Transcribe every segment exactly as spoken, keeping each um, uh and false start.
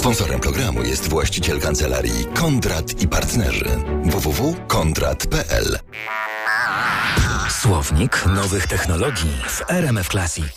Sponsorem programu jest właściciel kancelarii Kondrat i Partnerzy. w w w kropka kondrat kropka p l. Słownik nowych technologii w R M F Classic.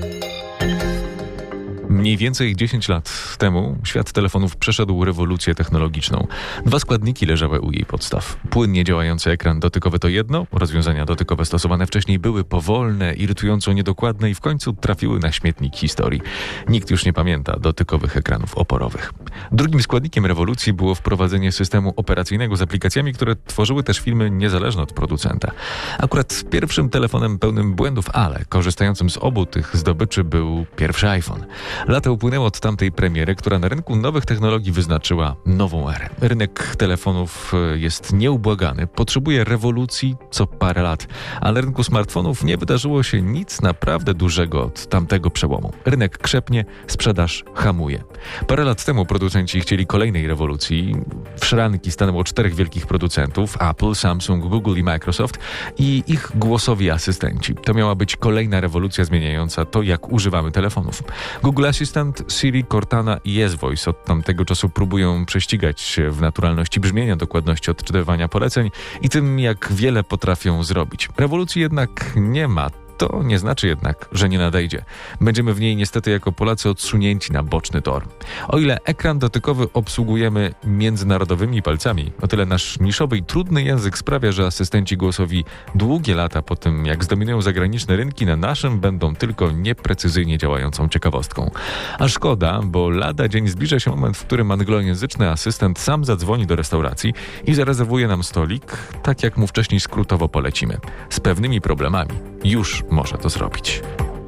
Mniej więcej dziesięć lat temu świat telefonów przeszedł rewolucję technologiczną. Dwa składniki leżały u jej podstaw. Płynnie działający ekran dotykowy to jedno, rozwiązania dotykowe stosowane wcześniej były powolne, irytująco niedokładne i w końcu trafiły na śmietnik historii. Nikt już nie pamięta dotykowych ekranów oporowych. Drugim składnikiem rewolucji było wprowadzenie systemu operacyjnego z aplikacjami, które tworzyły też filmy niezależne od producenta. Akurat pierwszym telefonem pełnym błędów, ale korzystającym z obu tych zdobyczy był pierwszy iPhone. Lata upłynęło od tamtej premiery, która na rynku nowych technologii wyznaczyła nową erę. Rynek telefonów jest nieubłagany, potrzebuje rewolucji co parę lat, a na rynku smartfonów nie wydarzyło się nic naprawdę dużego od tamtego przełomu. Rynek krzepnie, sprzedaż hamuje. Parę lat temu producenci chcieli kolejnej rewolucji. W szranki stanęło czterech wielkich producentów: Apple, Samsung, Google i Microsoft i ich głosowi asystenci. To miała być kolejna rewolucja zmieniająca to, jak używamy telefonów. Google Assistant, Siri, Cortana i Yes-Voice od tamtego czasu próbują prześcigać się w naturalności brzmienia, dokładności odczytywania poleceń i tym, jak wiele potrafią zrobić. Rewolucji jednak nie ma. To nie znaczy jednak, że nie nadejdzie. Będziemy w niej niestety jako Polacy odsunięci na boczny tor. O ile ekran dotykowy obsługujemy międzynarodowymi palcami, o tyle nasz niszowy i trudny język sprawia, że asystenci głosowi długie lata po tym, jak zdominują zagraniczne rynki, na naszym będą tylko nieprecyzyjnie działającą ciekawostką. A szkoda, bo lada dzień zbliża się moment, w którym anglojęzyczny asystent sam zadzwoni do restauracji i zarezerwuje nam stolik, tak jak mu wcześniej skrótowo polecimy. Z pewnymi problemami już może to zrobić.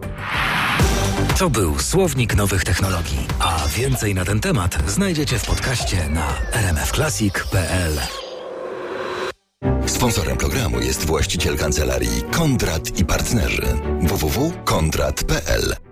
To był Słownik nowych technologii, a więcej na ten temat znajdziecie w podcaście na r m f classic kropka p l. Sponsorem programu jest właściciel kancelarii Kondrat i Partnerzy. w w w kropka kondrat kropka p l.